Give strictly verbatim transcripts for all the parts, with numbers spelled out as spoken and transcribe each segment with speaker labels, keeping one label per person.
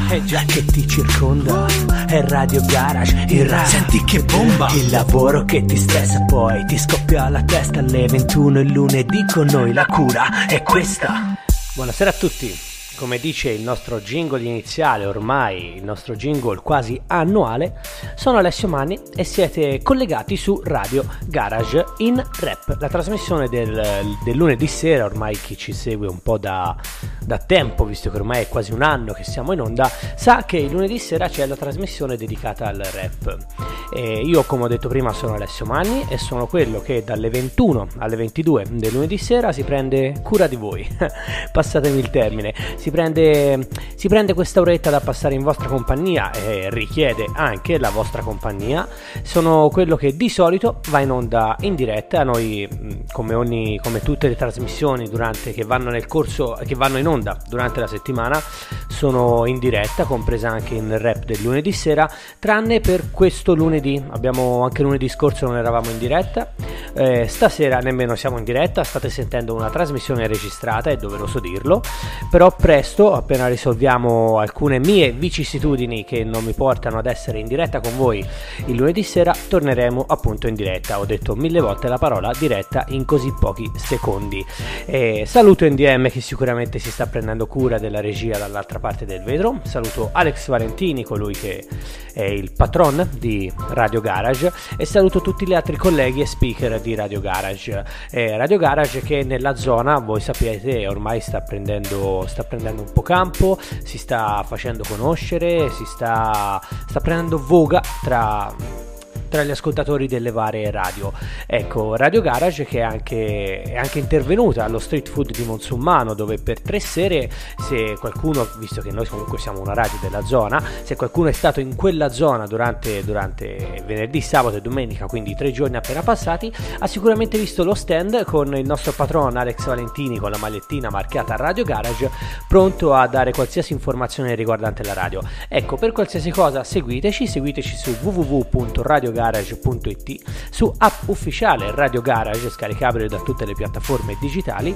Speaker 1: è già che ti circonda, è Radio Garage, il rap,
Speaker 2: senti che bomba,
Speaker 1: il lavoro che ti stressa poi ti scoppia la testa alle ventuno il lunedì con noi la cura è questa. Buonasera a tutti. Come dice il nostro jingle iniziale, ormai il nostro jingle quasi annuale, sono Alessio Manni e siete collegati su Radio Garage in Rap, la trasmissione del, del lunedì sera. Ormai chi ci segue un po' da, da tempo, visto che ormai è quasi un anno che siamo in onda, sa che il lunedì sera c'è la trasmissione dedicata al rap. E io, come ho detto prima, sono Alessio Manni e sono quello che dalle ventuno alle ventidue del lunedì sera si prende cura di voi, passatemi il termine. Si prende, si prende questa oretta da passare in vostra compagnia e richiede anche la vostra compagnia. Sono quello che di solito va in onda in diretta. Noi, come ogni come tutte le trasmissioni durante che vanno nel corso che vanno in onda durante la settimana, sono in diretta, compresa anche il rap del lunedì sera, tranne per questo lunedì. Abbiamo anche lunedì scorso non eravamo in diretta, eh, stasera nemmeno siamo in diretta. State sentendo una trasmissione registrata, è doveroso dirlo, però presto, appena risolviamo alcune mie vicissitudini che non mi portano ad essere in diretta con voi il lunedì sera, torneremo appunto in diretta. Ho detto mille volte la parola diretta in così pochi secondi. E saluto N D M che sicuramente si sta prendendo cura della regia dall'altra parte del vetro. Saluto Alex Valentini, colui che è il patron di Radio Garage, e saluto tutti gli altri colleghi e speaker di Radio Garage. Eh, Radio Garage che nella zona, voi sapete, ormai sta prendendo sta prendendo un po' campo, si sta facendo conoscere, si sta, sta prendendo voga tra tra gli ascoltatori delle varie radio. Ecco, Radio Garage che è anche, è anche intervenuta allo Street Food di Monsummano, dove per tre sere, se qualcuno, visto che noi comunque siamo una radio della zona, se qualcuno è stato in quella zona durante, durante venerdì, sabato e domenica, quindi tre giorni appena passati, ha sicuramente visto lo stand con il nostro patron Alex Valentini con la magliettina marchiata Radio Garage, pronto a dare qualsiasi informazione riguardante la radio. Ecco, per qualsiasi cosa seguiteci, seguiteci su w w w punto radio garage punto i t, su app ufficiale Radio Garage, scaricabile da tutte le piattaforme digitali,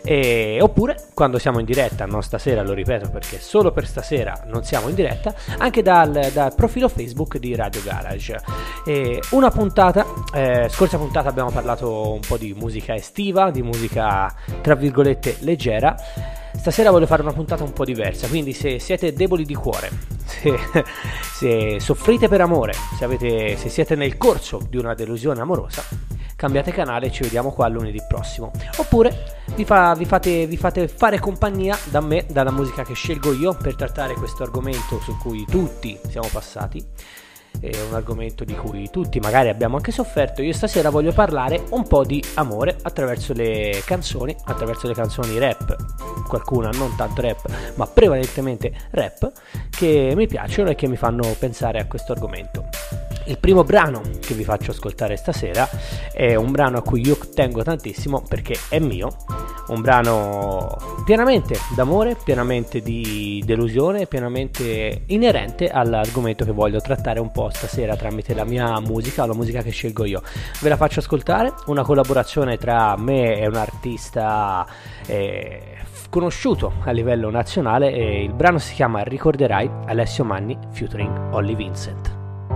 Speaker 1: e, oppure quando siamo in diretta, non stasera, lo ripeto perché solo per stasera non siamo in diretta, anche dal, dal profilo Facebook di Radio Garage. E una puntata, eh, scorsa puntata abbiamo parlato un po' di musica estiva, di musica tra virgolette leggera. Stasera voglio fare una puntata un po' diversa, quindi se siete deboli di cuore, se, se soffrite per amore, se, avete, se siete nel corso di una delusione amorosa, cambiate canale e ci vediamo qua lunedì prossimo. Oppure vi, fa, vi, fate, vi fate fare compagnia da me, dalla musica che scelgo io, per trattare questo argomento su cui tutti siamo passati. È un argomento di cui tutti magari abbiamo anche sofferto. Io stasera voglio parlare un po' di amore attraverso le canzoni, attraverso le canzoni rap, qualcuna non tanto rap ma prevalentemente rap, che mi piacciono e che mi fanno pensare a questo argomento. Il primo brano che vi faccio ascoltare stasera è un brano a cui io tengo tantissimo perché è mio, un brano pienamente d'amore, pienamente di delusione, pienamente inerente all'argomento che voglio trattare un po' stasera tramite la mia musica, la musica che scelgo io. Ve la faccio ascoltare, una collaborazione tra me e un artista eh, conosciuto a livello nazionale, e il brano si chiama Ricorderai, Alessio Manni featuring Holly Vincent.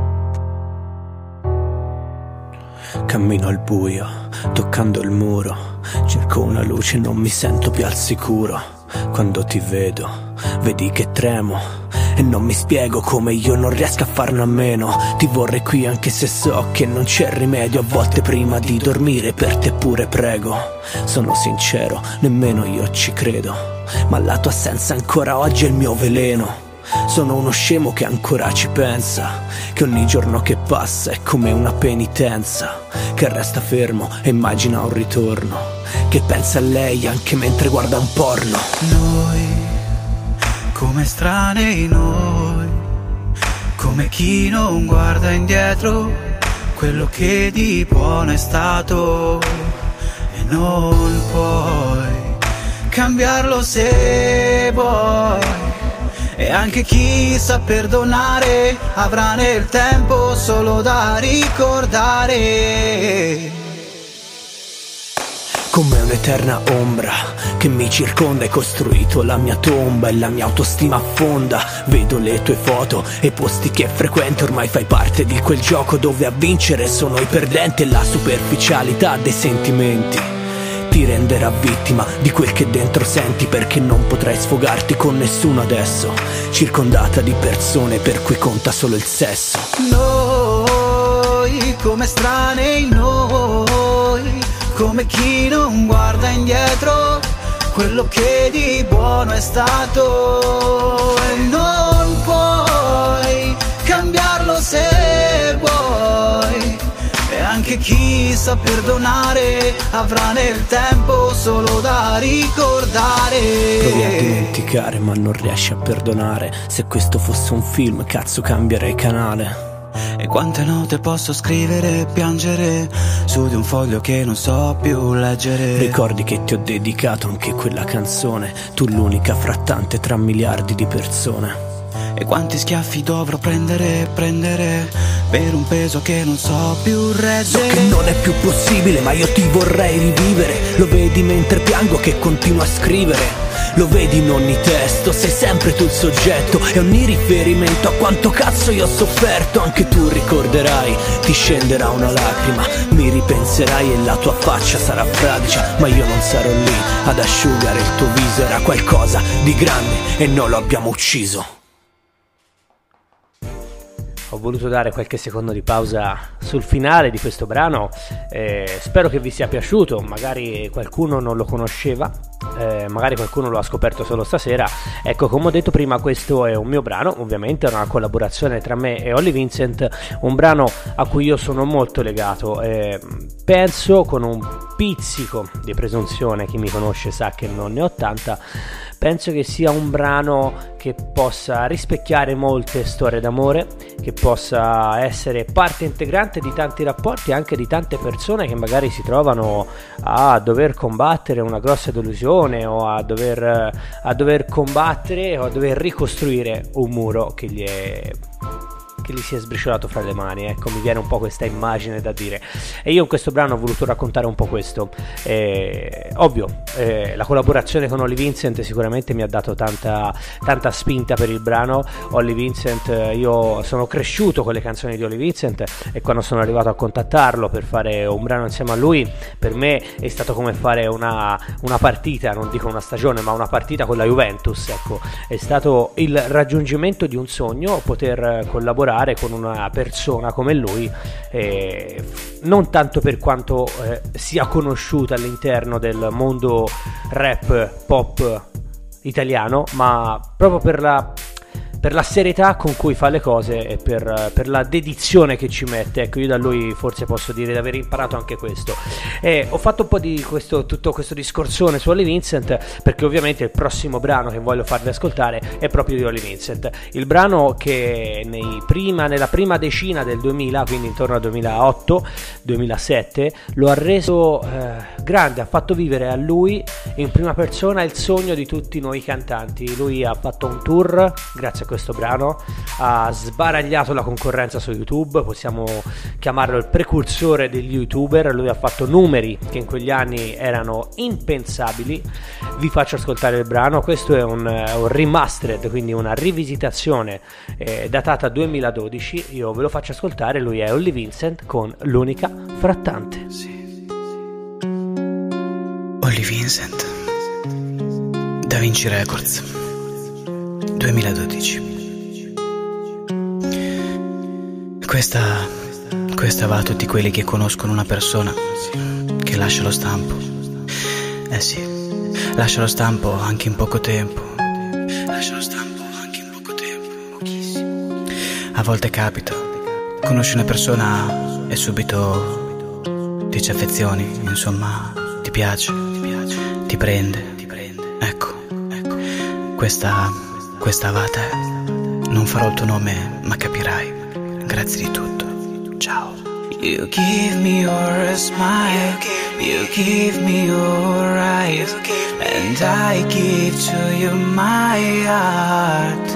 Speaker 3: Cammino al buio, toccando il muro, cerco una luce, non mi sento più al sicuro. Quando ti vedo, vedi che tremo e non mi spiego come io non riesco a farne a meno. Ti vorrei qui anche se so che non c'è rimedio. A volte prima di dormire per te pure prego. Sono sincero, nemmeno io ci credo, ma la tua assenza ancora oggi è il mio veleno. Sono uno scemo che ancora ci pensa, che ogni giorno che passa è come una penitenza, che resta fermo e immagina un ritorno, che pensa a lei anche mentre guarda un porno.
Speaker 2: Noi, come estranei noi, come chi non guarda indietro, quello che di buono è stato, e non puoi cambiarlo se vuoi. E anche chi sa perdonare avrà nel tempo solo da ricordare.
Speaker 3: come un'eterna ombra che mi circonda. Hai costruito la mia tomba e la mia autostima affonda. Vedo le tue foto e i posti che frequento. Ormai fai parte di quel gioco dove a vincere sono i perdenti, e la superficialità dei sentimenti ti renderà vittima di quel che dentro senti, perché non potrai sfogarti con nessuno adesso, circondata di persone per cui conta solo il sesso.
Speaker 2: Noi come estranei, noi come chi non guarda indietro quello che di buono è stato, e non puoi cambiarlo se vuoi. E anche chi sa perdonare avrà nel tempo solo da ricordare.
Speaker 3: Provi a dimenticare ma non riesci a perdonare. Se questo fosse un film, cazzo, cambierei canale.
Speaker 2: E quante note posso scrivere e piangere su di un foglio che non so più leggere.
Speaker 3: Ricordi che ti ho dedicato anche quella canzone, tu l'unica fra tante tra miliardi di persone.
Speaker 2: E quanti schiaffi dovrò prendere, prendere per un peso che non so più reggere.
Speaker 3: So che non è più possibile, ma io ti vorrei rivivere. Lo vedi mentre piango che continuo a scrivere. Lo vedi in ogni testo, sei sempre tu il soggetto, e ogni riferimento a quanto cazzo io ho sofferto. Anche tu ricorderai, ti scenderà una lacrima, mi ripenserai e la tua faccia sarà fradicia. Ma io non sarò lì ad asciugare il tuo viso. Era qualcosa di grande e non lo abbiamo ucciso.
Speaker 1: Ho voluto dare qualche secondo di pausa sul finale di questo brano, eh, spero che vi sia piaciuto. Magari qualcuno non lo conosceva, eh, magari qualcuno lo ha scoperto solo stasera. Ecco, come ho detto prima, questo è un mio brano, ovviamente è una collaborazione tra me e Holly Vincent, un brano a cui io sono molto legato, eh, penso con un pizzico di presunzione, chi mi conosce sa che non ne ho tanta. Penso che sia un brano che possa rispecchiare molte storie d'amore, che possa essere parte integrante di tanti rapporti, anche di tante persone che magari si trovano a dover combattere una grossa delusione, o a dover, a dover combattere o a dover ricostruire un muro che gli è... che gli si è sbriciolato fra le mani. Ecco, mi viene un po' questa immagine da dire, e io in questo brano ho voluto raccontare un po' questo. Eh, ovvio, eh, la collaborazione con Holly Vincent sicuramente mi ha dato tanta, tanta spinta per il brano. Holly Vincent, io sono cresciuto con le canzoni di Holly Vincent, e quando sono arrivato a contattarlo per fare un brano insieme a lui, per me è stato come fare una, una partita, non dico una stagione, ma una partita con la Juventus. Ecco, è stato il raggiungimento di un sogno poter collaborare con una persona come lui, eh, non tanto per quanto eh, sia conosciuta all'interno del mondo rap pop italiano, ma proprio per la per la serietà con cui fa le cose e per, per la dedizione che ci mette. Ecco, io da lui forse posso dire di aver imparato anche questo. E ho fatto un po' di questo, tutto questo discorsone su Holly Vincent, perché ovviamente il prossimo brano che voglio farvi ascoltare è proprio di Holly Vincent, il brano che nei prima, nella prima decina del duemila, quindi intorno al duemilaotto duemilasette, lo ha reso eh, grande, ha fatto vivere a lui in prima persona il sogno di tutti noi cantanti. Lui ha fatto un tour grazie a questo brano, ha sbaragliato la concorrenza su YouTube, possiamo chiamarlo il precursore degli youtuber. Lui ha fatto numeri che in quegli anni erano impensabili. Vi faccio ascoltare il brano, questo è un, un remastered, quindi una rivisitazione eh, datata duemiladodici. Io ve lo faccio ascoltare, lui è Holly Vincent con L'unica frattante.
Speaker 2: Sì. Holly Vincent, Da Vinci Records, duemiladodici. Questa, questa va a tutti quelli che conoscono una persona che lascia lo stampo. Eh sì, lascia lo stampo anche in poco tempo. Lascia lo stampo anche in poco tempo, pochissimo. A volte capita, conosci una persona e subito ti ci affezioni, insomma, ti piace, ti piace, ti prende, ti prende. Ecco, ecco, questa, questa va a te. Non farò il tuo nome, ma capirai. Grazie di tutto. Ciao. You give me your smile, you give me your eyes, and I give to you my heart.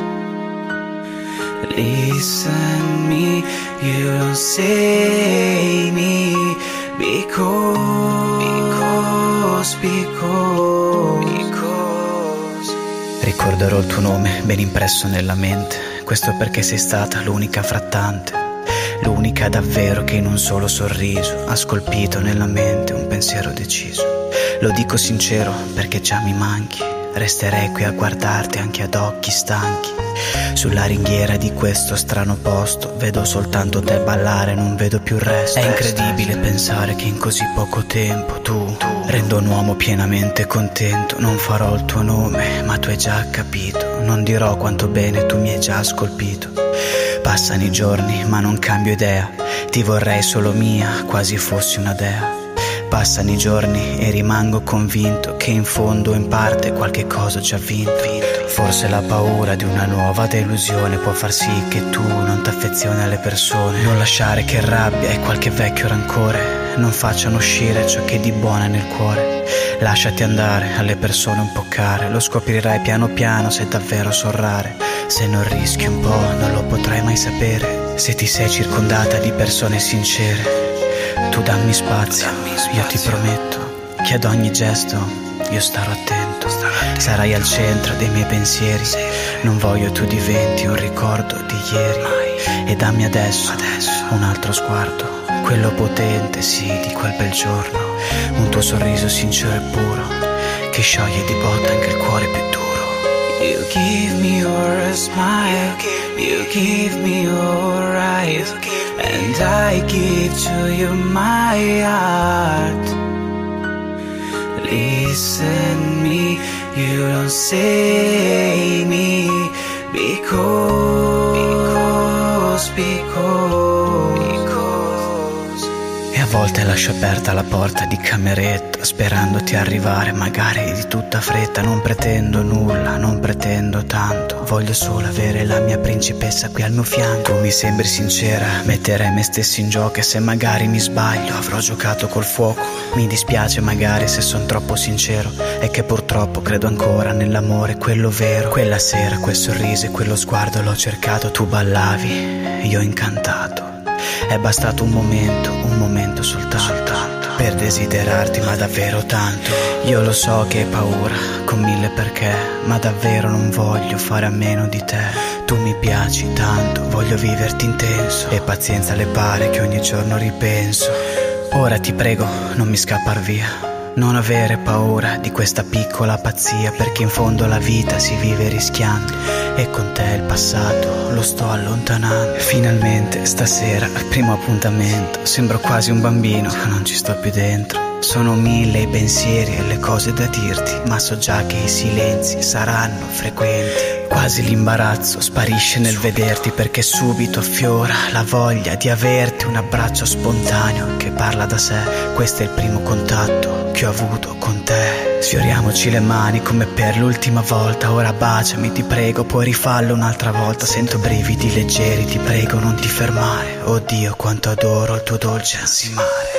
Speaker 2: Listen me, you say me because, because Because, because, because. Ricorderò il tuo nome ben impresso nella mente. Questo perché sei stata l'unica fra tante, l'unica davvero che in un solo sorriso ha scolpito nella mente un pensiero deciso. Lo dico sincero perché già mi manchi. Resterei qui a guardarti anche ad occhi stanchi. Sulla ringhiera di questo strano posto vedo soltanto te ballare, non vedo più il resto. È incredibile pensare che in così poco tempo tu, tu rendo un uomo pienamente contento. Non farò il tuo nome, ma tu hai già capito. Non dirò quanto bene tu mi hai già scolpito. Passano i giorni ma non cambio idea. Ti vorrei solo mia, quasi fossi una dea. Passano i giorni e rimango convinto che in fondo in parte qualche cosa ho già vinto. Forse la paura di una nuova delusione può far sì che tu non t'affezioni alle persone. Non lasciare che rabbia e qualche vecchio rancore non facciano uscire ciò che di buono è nel cuore. Lasciati andare alle persone un po' care, lo scoprirai piano piano se davvero sorrare. Se non rischi un po' non lo potrai mai sapere. Se ti sei circondata di persone sincere, tu dammi spazio, io ti prometto che ad ogni gesto io starò attento. Sarai al centro dei miei pensieri, non voglio tu diventi un ricordo di ieri. E dammi adesso un altro sguardo, quello potente sì di quel bel giorno. Un tuo sorriso sincero e puro che scioglie di botta anche il cuore più duro. You give me your smile, you give me your eyes, and I give to you my heart. Listen me, you don't say me, because, because, because. E a volte lascio aperta la porta di cameretta, sperandoti arrivare magari di tutta fretta. Non pretendo nulla, non pretendo tanto, voglio solo avere la mia principessa qui al mio fianco. Tu mi sembri sincera, metterei me stesso in gioco. E se magari mi sbaglio avrò giocato col fuoco. Mi dispiace magari se son troppo sincero, è che purtroppo credo ancora nell'amore, quello vero. Quella sera quel sorriso e quello sguardo l'ho cercato. Tu ballavi, io incantato. È bastato un momento, un momento soltanto per desiderarti, ma davvero tanto. Io lo so che hai paura, con mille perché, ma davvero non voglio fare a meno di te. Tu mi piaci tanto, voglio viverti intenso, e pazienza le pare che ogni giorno ripenso. Ora ti prego, non mi scappar via, non avere paura di questa piccola pazzia, perché in fondo la vita si vive rischiando, e con te il passato lo sto allontanando. Finalmente stasera al primo appuntamento sembro quasi un bambino, non ci sto più dentro. Sono mille i pensieri e le cose da dirti, ma so già che i silenzi saranno frequenti. Quasi l'imbarazzo sparisce nel vederti, perché subito affiora la voglia di averti. Un abbraccio spontaneo che parla da sé, questo è il primo contatto che ho avuto con te. Sfioriamoci le mani come per l'ultima volta, ora baciami ti prego, puoi rifarlo un'altra volta. Sento brividi leggeri, ti prego non ti fermare, oddio quanto adoro il tuo dolce ansimare.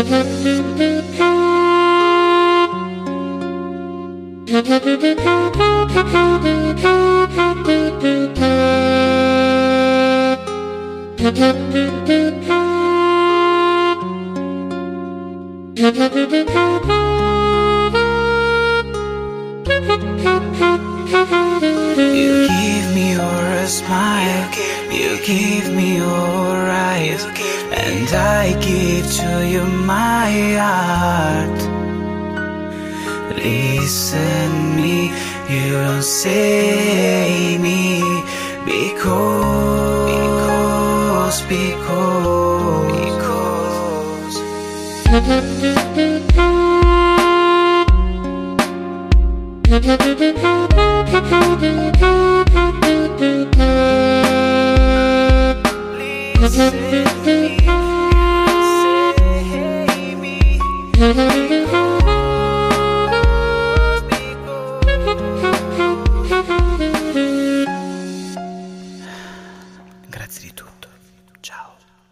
Speaker 2: You give me your smile, you give me your eyes, and I give to you my heart. Listen me, you don't say me, because, because, because. Grazie di tutto, ciao.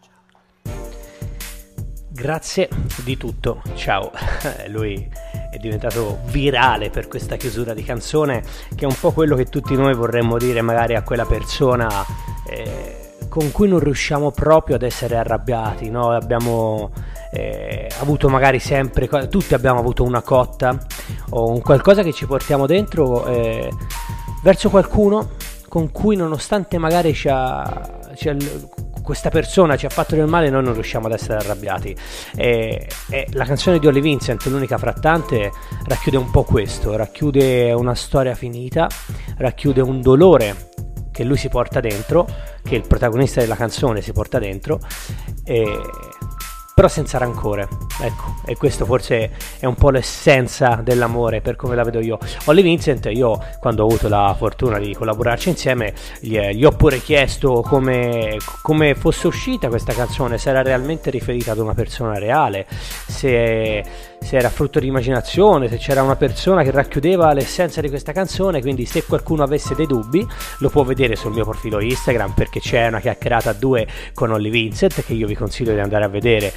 Speaker 1: Grazie di tutto, ciao. Lui è diventato virale per questa chiusura di canzone, che è un po' quello che tutti noi vorremmo dire magari a quella persona eh, con cui non riusciamo proprio ad essere arrabbiati, no? Abbiamo eh, avuto magari sempre, tutti abbiamo avuto una cotta o un qualcosa che ci portiamo dentro eh, verso qualcuno con cui, nonostante magari ci ha, ci ha, questa persona ci ha fatto del male, noi non riusciamo ad essere arrabbiati. E, e la canzone di Holly Vincent, L'unica frattante, racchiude un po' questo, racchiude una storia finita, racchiude un dolore che lui si porta dentro, che il protagonista della canzone si porta dentro, e però senza rancore, ecco, e questo forse è un po' l'essenza dell'amore per come la vedo io. Holly Vincent, io quando ho avuto la fortuna di collaborarci insieme gli, gli ho pure chiesto come, come fosse uscita questa canzone, se era realmente riferita ad una persona reale, se, se era frutto di immaginazione, se c'era una persona che racchiudeva l'essenza di questa canzone. Quindi se qualcuno avesse dei dubbi lo può vedere sul mio profilo Instagram, perché c'è una chiacchierata a due con Holly Vincent che io vi consiglio di andare a vedere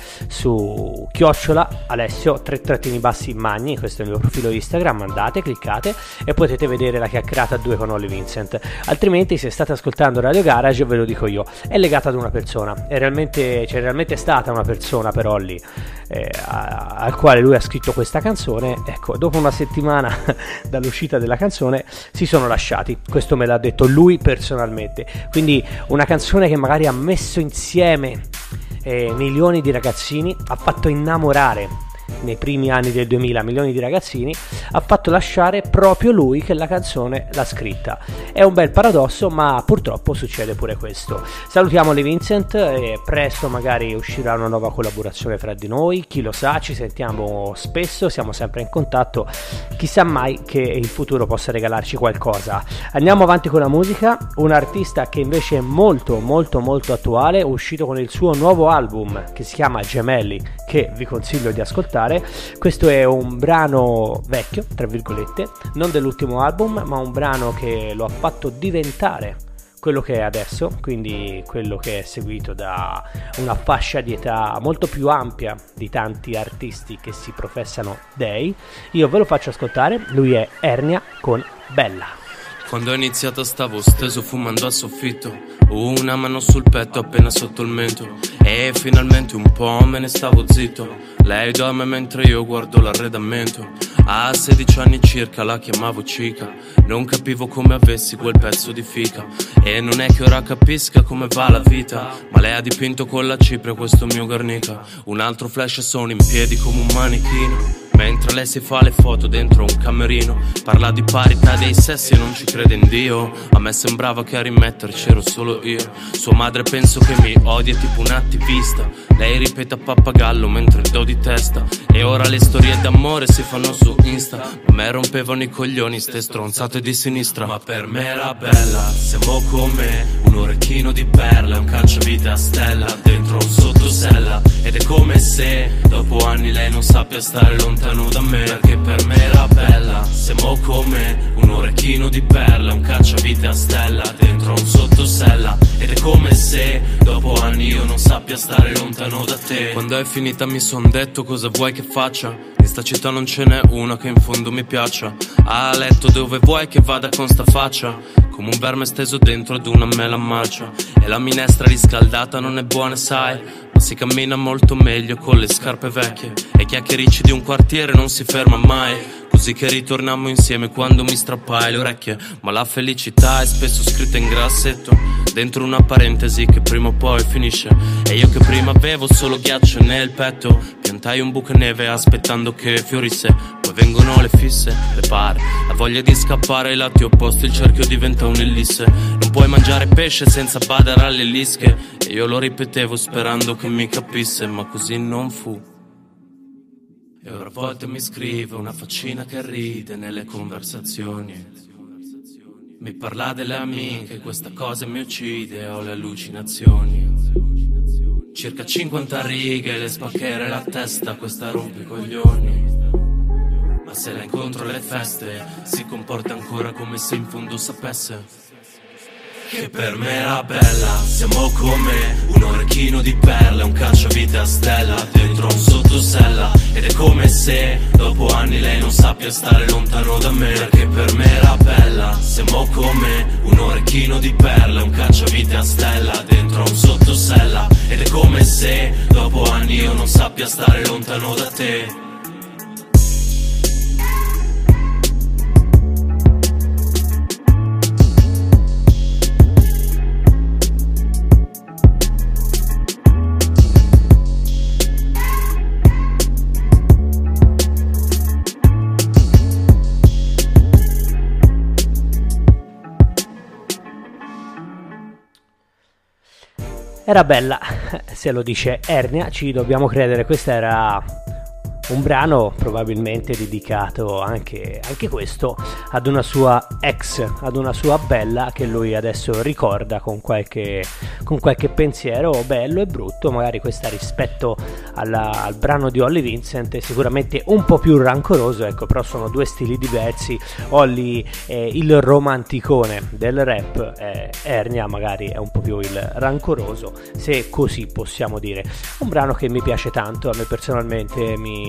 Speaker 1: su chiocciola Alessio tre trattini bassi Magni. Questo è il mio profilo Instagram, andate, cliccate e potete vedere la chiacchierata a due con Holly Vincent. Altrimenti, se state ascoltando Radio Garage, ve lo dico io, è legata ad una persona, è realmente, c'è realmente stata una persona per Holly eh, a, al quale lui ha scritto questa canzone. Ecco, dopo una settimana dall'uscita della canzone si sono lasciati, questo me l'ha detto lui personalmente. Quindi una canzone che magari ha messo insieme Eh, milioni di ragazzini, ha fatto innamorare nei primi anni del duemila milioni di ragazzini, ha fatto lasciare proprio lui che la canzone l'ha scritta. È un bel paradosso, ma purtroppo succede pure questo. Salutiamo Holly Vincent e presto magari uscirà una nuova collaborazione fra di noi, chi lo sa, ci sentiamo spesso, siamo sempre in contatto, chissà mai che il futuro possa regalarci qualcosa. Andiamo avanti con la musica, un artista che invece è molto molto molto attuale, uscito con il suo nuovo album che si chiama Gemelli, che vi consiglio di ascoltare. Questo è un brano vecchio, tra virgolette, non dell'ultimo album, ma un brano che lo ha fatto diventare quello che è adesso, quindi quello che è seguito da una fascia di età molto più ampia di tanti artisti che si professano dei. Io ve lo faccio ascoltare, lui è Ernia con Bella.
Speaker 4: Quando ho iniziato stavo steso fumando al soffitto, una mano sul petto appena sotto il mento, e finalmente un po' me ne stavo zitto. Lei dorme mentre io guardo l'arredamento. A sedici anni circa la chiamavo cica, non capivo come avessi quel pezzo di fica. E non è che ora capisca come va la vita, ma lei ha dipinto con la cipria questo mio Guernica. Un altro flash e sono in piedi come un manichino, mentre lei si fa le foto dentro un camerino. Parla di parità dei sessi e non ci crede in Dio. A me sembrava che a rimetterci ero solo io. Sua madre penso che mi odia tipo un attivista. Lei ripete a pappagallo mentre do di testa. E ora le storie d'amore si fanno su Insta, ma me rompevano i coglioni ste stronzate di sinistra. Ma per me era bella, siamo come un orecchino di perla, un cacciavite a stella dentro un sottosella. Ed è come se dopo anni lei non sappia stare lontano da me, perché per me era bella. Siamo come un orecchino di perla, un cacciavite a stella dentro un sottosella. Ed è come se dopo anni io non sappia stare lontano da te. Quando è finita mi son detto cosa vuoi che faccia, in sta città non ce n'è una che in fondo mi piaccia. A letto dove vuoi che vada con sta faccia, come un verme steso dentro ad una mela marcia. E la minestra riscaldata non è buona sai, ma si cammina molto meglio con le scarpe vecchie. E chiacchiericci di un quartiere non si ferma mai, così che ritornammo insieme quando mi strappai le orecchie. Ma la felicità è spesso scritta in grassetto, dentro una parentesi che prima o poi finisce. E io che prima avevo solo ghiaccio nel petto, piantai un buco neve aspettando che fiorisse. Poi vengono le fisse, le pare, la voglia di scappare ai lati opposti, il cerchio diventa un'ellisse. Non puoi mangiare pesce senza badare alle lische, e io lo ripetevo sperando che mi capisse, ma così non fu. E ora a volte mi scrive una faccina che ride nelle conversazioni, mi parla delle amiche, questa cosa mi uccide, ho le allucinazioni. Circa cinquanta righe, le spaccherei la testa, questa rompe i coglioni. Ma se la incontro alle feste, si comporta ancora come se in fondo sapesse che per me era bella. Siamo come un orecchino di perle, un cacciavite a stella dentro un sottosella. Ed è come se dopo anni anni lei non sappia stare lontano da me, perché per me era bella. Siamo come un orecchino di perle, un cacciavite a stella dentro a un sottosella. Ed è come se dopo anni io non sappia stare lontano da te.
Speaker 1: Era bella, se lo dice Ernia, ci dobbiamo credere. Questo era un brano probabilmente dedicato anche, anche questo ad una sua ex, ad una sua bella che lui adesso ricorda con qualche, con qualche pensiero bello e brutto. Magari questa rispetto alla, al brano di Holly Vincent è sicuramente un po' più rancoroso, ecco, però sono due stili diversi. Holly è il romanticone del rap, eh, Ernia magari è un po' più il rancoroso, se così possiamo dire. Un brano che mi piace tanto, a me personalmente mi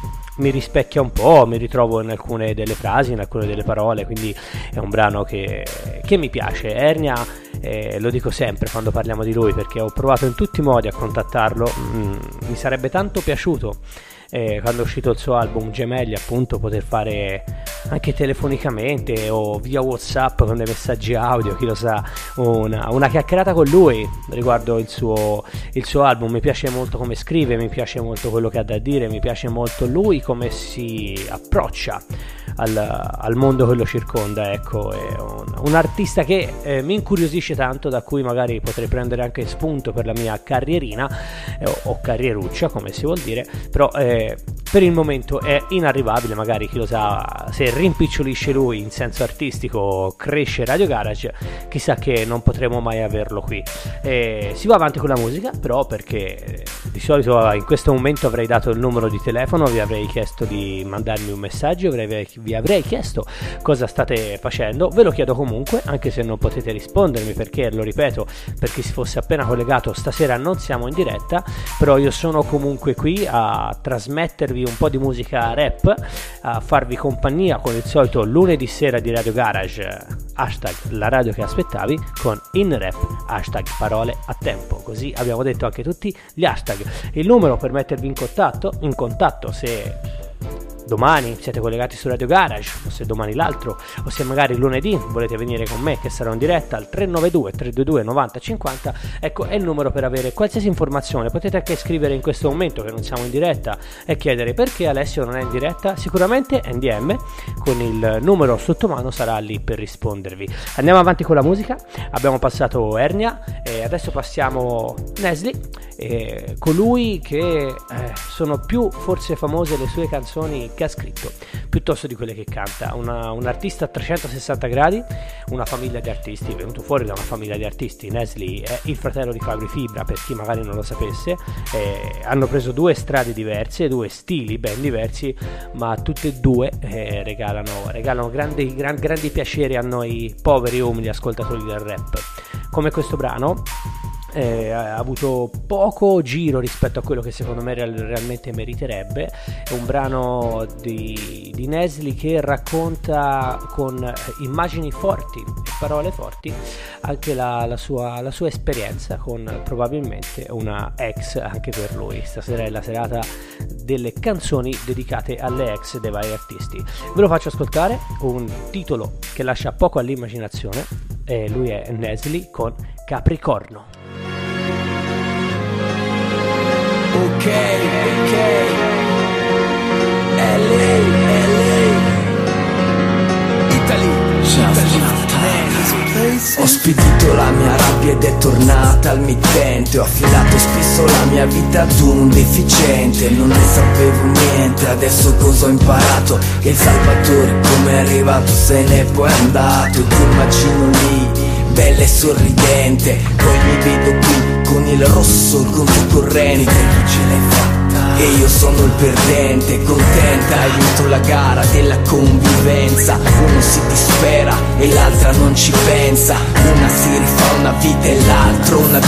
Speaker 1: mi rispecchia un po', mi ritrovo in alcune delle frasi, in alcune delle parole, quindi è un brano che, che mi piace. Ernia, eh, lo dico sempre quando parliamo di lui, perché ho provato in tutti i modi a contattarlo, mm, mi sarebbe tanto piaciuto eh, quando è uscito il suo album Gemelli, appunto, poter fare anche telefonicamente o via WhatsApp con dei messaggi audio, chi lo sa, una, una chiacchierata con lui riguardo il suo, il suo album. Mi piace molto come scrive, mi piace molto quello che ha da dire, mi piace molto lui come si approccia al, al mondo che lo circonda, ecco. È un, un artista che eh, mi incuriosisce tanto, da cui magari potrei prendere anche spunto per la mia carrierina eh, o, o carrieruccia, come si vuol dire, però eh, per il momento è inarrivabile. Magari chi lo sa, se rimpicciolisce lui in senso artistico, cresce Radio Garage, chissà che non potremo mai averlo qui. E si va avanti con la musica, però, perché di solito in questo momento avrei dato il numero di telefono, vi avrei chiesto di mandarmi un messaggio, vi avrei chiesto cosa state facendo. Ve lo chiedo comunque, anche se non potete rispondermi, perché, lo ripeto, per chi si fosse appena collegato, stasera non siamo in diretta, però io sono comunque qui a trasmettervi un po' di musica rap, a farvi compagnia con il solito lunedì sera di Radio Garage, hashtag la radio che aspettavi, con in rap, hashtag parole a tempo. Così abbiamo detto anche tutti gli hashtag. Il numero per mettervi in contatto, in contatto se domani siete collegati su Radio Garage, o se domani l'altro, o se magari lunedì volete venire con me che sarò in diretta, al tre nove due tre due due nove zero cinque zero. Ecco, è il numero per avere qualsiasi informazione. Potete anche scrivere in questo momento che non siamo in diretta e chiedere perché Alessio non è in diretta. Sicuramente N D M con il numero sotto mano sarà lì per rispondervi. Andiamo avanti con la musica. Abbiamo passato Ernia e adesso passiamo Nesli, eh, colui che eh, sono più forse famose le sue canzoni che ha scritto piuttosto di quelle che canta. Una, un artista a trecentosessanta gradi, una famiglia di artisti, venuto fuori da una famiglia di artisti. Nesli è il fratello di Fabri Fibra, per chi magari non lo sapesse. Eh, hanno preso due strade diverse, due stili ben diversi, ma tutte e due eh, regalano, regalano grandi, gran, grandi piaceri a noi poveri umili ascoltatori del rap, come questo brano. Eh, ha avuto poco giro rispetto a quello che secondo me real- realmente meriterebbe. È un brano di, di Nesli che racconta con immagini forti e parole forti anche la, la, sua, la sua esperienza con probabilmente una ex anche per lui. Stasera è la serata delle canzoni dedicate alle ex dei vari artisti. Ve lo faccio ascoltare, un titolo che lascia poco all'immaginazione, e lui è Nesli con Capricorno.
Speaker 5: Ok, ok, L A, L A, Italy, Italy. Ho spedito la mia rabbia ed è tornata al mittente. Ho affidato spesso la mia vita ad un deficiente. Non ne sapevo niente, adesso cosa ho imparato? Che il Salvatore come è arrivato se n'è poi andato. Ti immagino lì, bella e sorridente, poi mi vedo qui con il rosso controcorrente. Ce l'hai fatta e io sono il perdente. Contenta, hai vinto la gara della convivenza. Uno si dispera e l'altra non ci pensa. Una si rifà una vita e l'altro una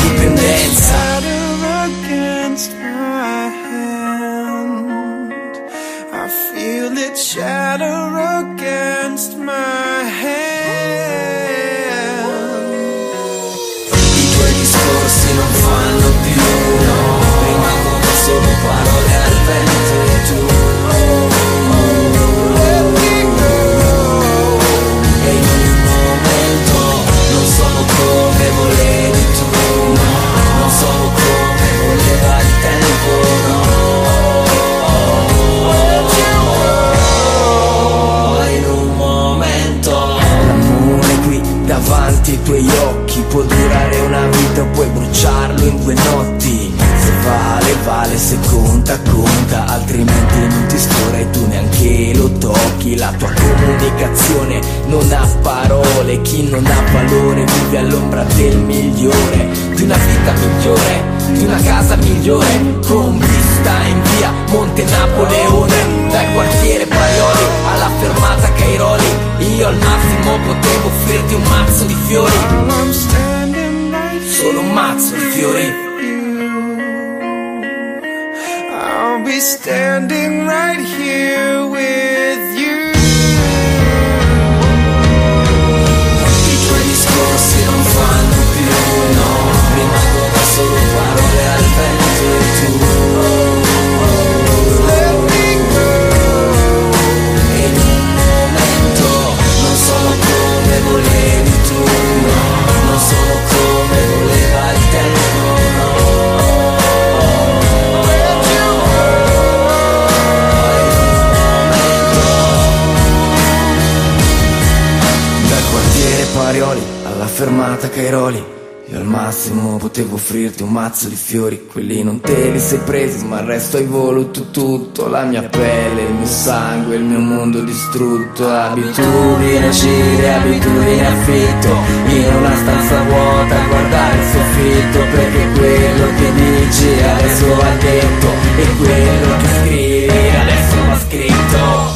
Speaker 5: dipendenza.
Speaker 6: I feel it shatter against my hand.
Speaker 5: I tuoi discorsi non fanno più, no, rimangono solo parole al vento e tu let me go. E in ogni momento non sono come volevi tu, no, non sono come voleva il tempo, no. Davanti ai tuoi occhi può durare una vita o puoi bruciarlo in due notti. Se vale vale, se conta conta, altrimenti non ti sfora e tu neanche lo tocchi. La tua comunicazione non ha parole, chi non ha valore vive all'ombra del migliore, di una vita migliore, di una casa migliore, con vista in via Monte Napoleone, dal quartiere Parioli alla fermata Cairoli. Io al massimo potevo offrirti un mazzo di fiori, solo un mazzo di fiori.
Speaker 6: I'll be standing right here with you.
Speaker 5: I tuoi discorsi non fanno più, no, rimangono solo parole al vento e tu let me go. E in un momento non sono come volevi tu, no, non sono come voleva il tempo, no. Parioli alla fermata Cairoli, io al massimo potevo offrirti un mazzo di fiori, quelli non te li sei presi ma il resto hai voluto tutto, la mia pelle, il mio sangue, il mio mondo distrutto, abitudini a gire, abitudini a affitto, in una stanza vuota a guardare il soffitto, perché quello che dici adesso va detto e quello che scrivi adesso va scritto.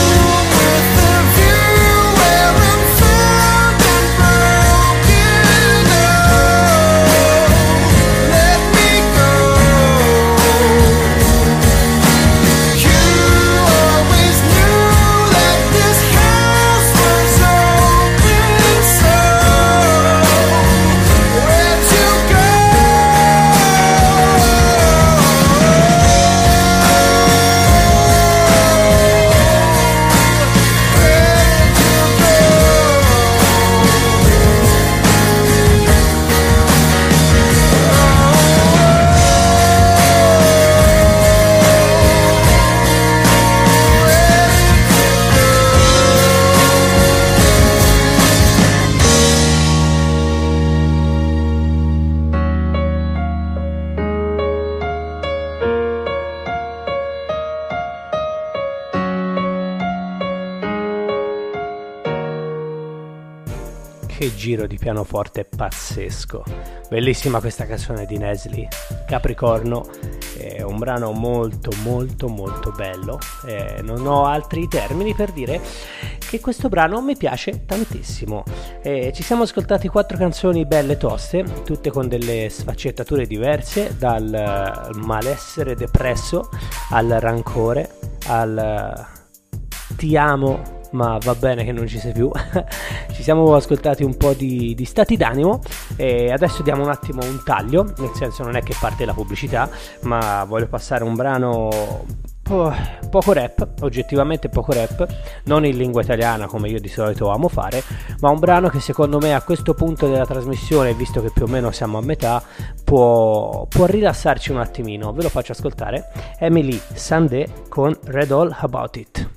Speaker 1: Che giro di pianoforte pazzesco, bellissima questa canzone di Nesli, Capricorno, è un brano molto molto molto bello, eh, non ho altri termini per dire che questo brano mi piace tantissimo. Eh, ci siamo ascoltati quattro canzoni belle toste, tutte con delle sfaccettature diverse, dal malessere depresso al rancore, al ti amo ma va bene che non ci sei più. Ci siamo ascoltati un po' di, di stati d'animo e adesso diamo un attimo un taglio, nel senso non è che parte la pubblicità, ma voglio passare un brano po- poco rap, oggettivamente poco rap, non in lingua italiana come io di solito amo fare, ma un brano che secondo me a questo punto della trasmissione, visto che più o meno siamo a metà, può, può rilassarci un attimino. Ve lo faccio ascoltare: Emily Sandé con Read All About It.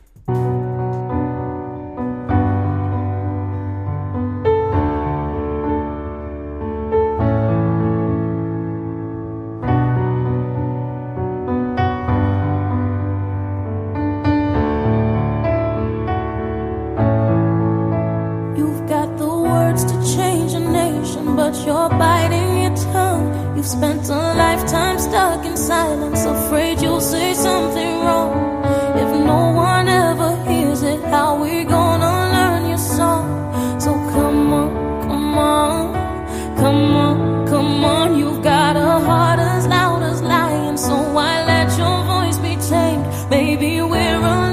Speaker 7: You're biting your tongue. You've spent a lifetime stuck in silence, afraid you'll say something wrong. If no one ever hears it, how we gonna learn your song? So come on, come on, come on, come on. You've got a heart as loud as lion, so why let your voice be tamed? Maybe we're alone.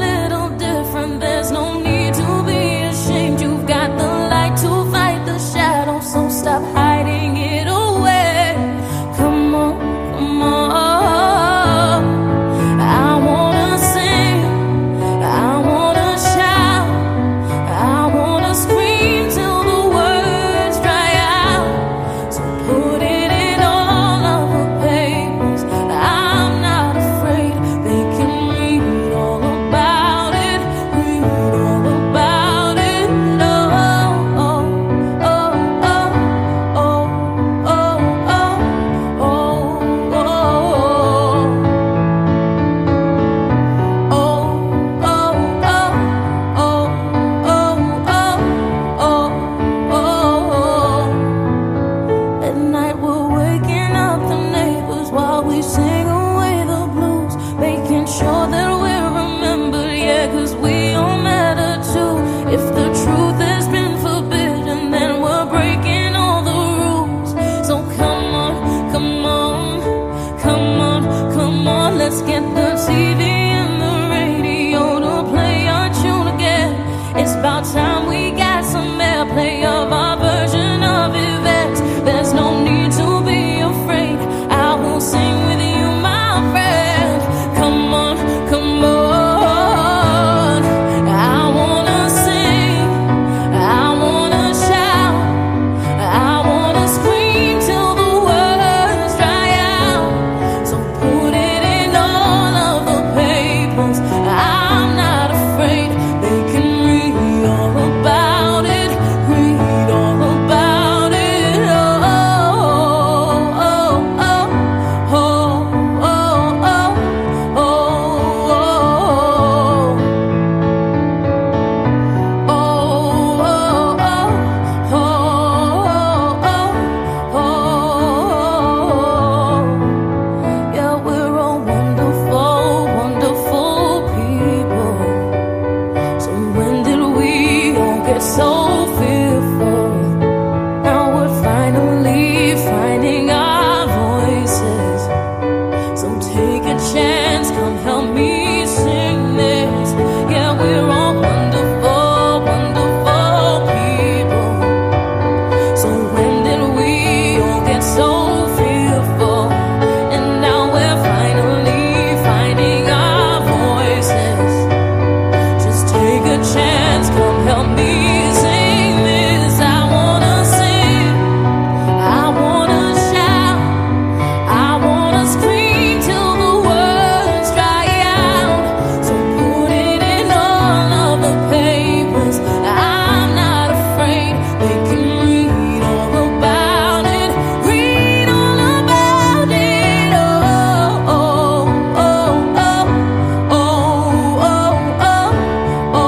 Speaker 7: get so fearful. Now we're finally finding our voices. So take a chance, come help me sing this. Yeah, we're all wonderful, wonderful people. So when did we all get so fearful? And now we're finally finding our voices. Just take a chance, come help me sing this. I wanna sing, I wanna shout, I wanna scream till the words dry out. So put it in all of the papers. I'm not afraid, they can read all about it, read all about it. Oh, oh, oh, oh, oh, oh, oh, oh, oh,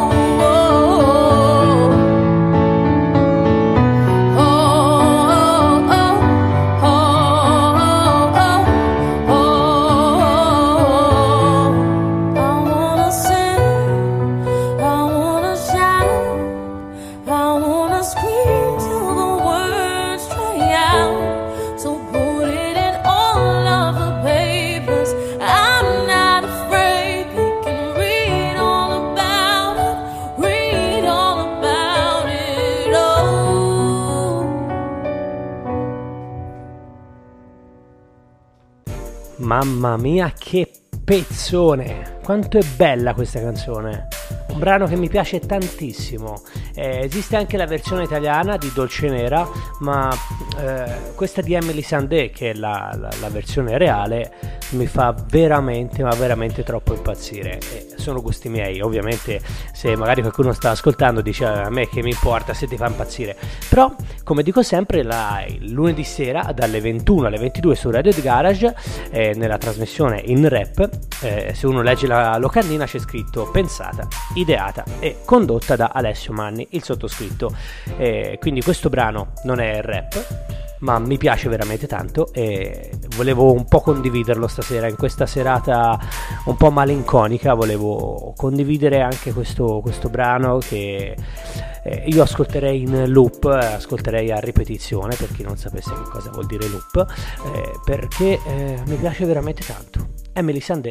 Speaker 7: I wanna sing, I wanna shout, I wanna scream till the words dry out. So put it in all of the papers. I'm not afraid, they can read all about it, read all about it. Oh.
Speaker 1: Mamma mia, che pezzone! Quanto è bella questa canzone! Un brano che mi piace tantissimo. Eh, esiste anche la versione italiana di Dolce Nera, ma eh, questa di Emily Sandé, che è la, la, la versione reale, mi fa veramente, ma veramente troppo impazzire. E sono gusti miei, ovviamente. Se magari qualcuno sta ascoltando dice a me che mi importa se ti fa impazzire, però come dico sempre, la, il lunedì sera dalle ventuno alle ventidue su Radio Garage, eh, nella trasmissione In Rap, eh, se uno legge la locandina c'è scritto pensata, ideata e condotta da Alessio Manni, il sottoscritto. Eh, quindi questo brano non è rap, ma mi piace veramente tanto e volevo un po' condividerlo stasera in questa serata un po' malinconica. Volevo condividere anche questo, questo brano che eh, io ascolterei in loop, ascolterei a ripetizione per chi non sapesse che cosa vuol dire loop, eh, perché eh, mi piace veramente tanto. Emily Sandé,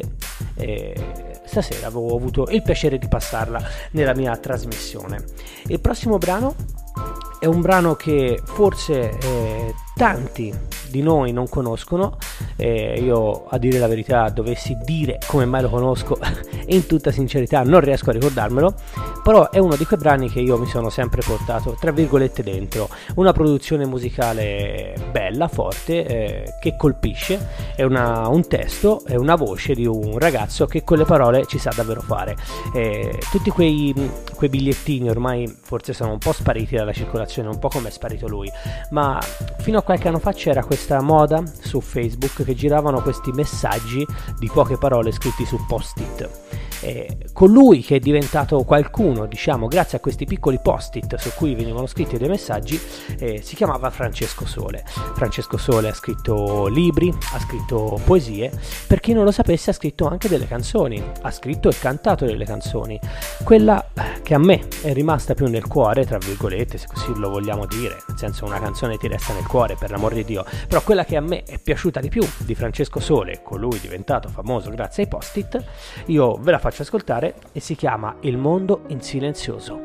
Speaker 1: eh, stasera avevo avuto il piacere di passarla nella mia trasmissione. Il prossimo brano è un brano che forse eh, tanti di noi non conoscono. Eh, io, a dire la verità, dovessi dire come mai lo conosco, in tutta sincerità non riesco a ricordarmelo, però è uno di quei brani che io mi sono sempre portato tra virgolette dentro. Una produzione musicale bella, forte, eh, che colpisce, è una, un testo, è una voce di un ragazzo che con le parole ci sa davvero fare. Eh, tutti quei, quei bigliettini ormai forse sono un po' spariti dalla circolazione, un po' come è sparito lui, ma fino a qualche anno fa c'era questa moda su Facebook che giravano questi messaggi di poche parole scritti su post-it. Eh, colui che è diventato qualcuno, diciamo, grazie a questi piccoli post-it su cui venivano scritti dei messaggi, eh, si chiamava Francesco Sole. Francesco Sole ha scritto libri, ha scritto poesie, per chi non lo sapesse ha scritto anche delle canzoni, ha scritto e cantato delle canzoni. Quella che a me è rimasta più nel cuore, tra virgolette, se così lo vogliamo dire, nel senso una canzone ti resta nel cuore, per l'amor di Dio, però quella che a me è piaciuta di più di Francesco Sole, colui diventato famoso grazie ai post-it, io ve la faccio ascoltare e si chiama Il mondo in silenzioso.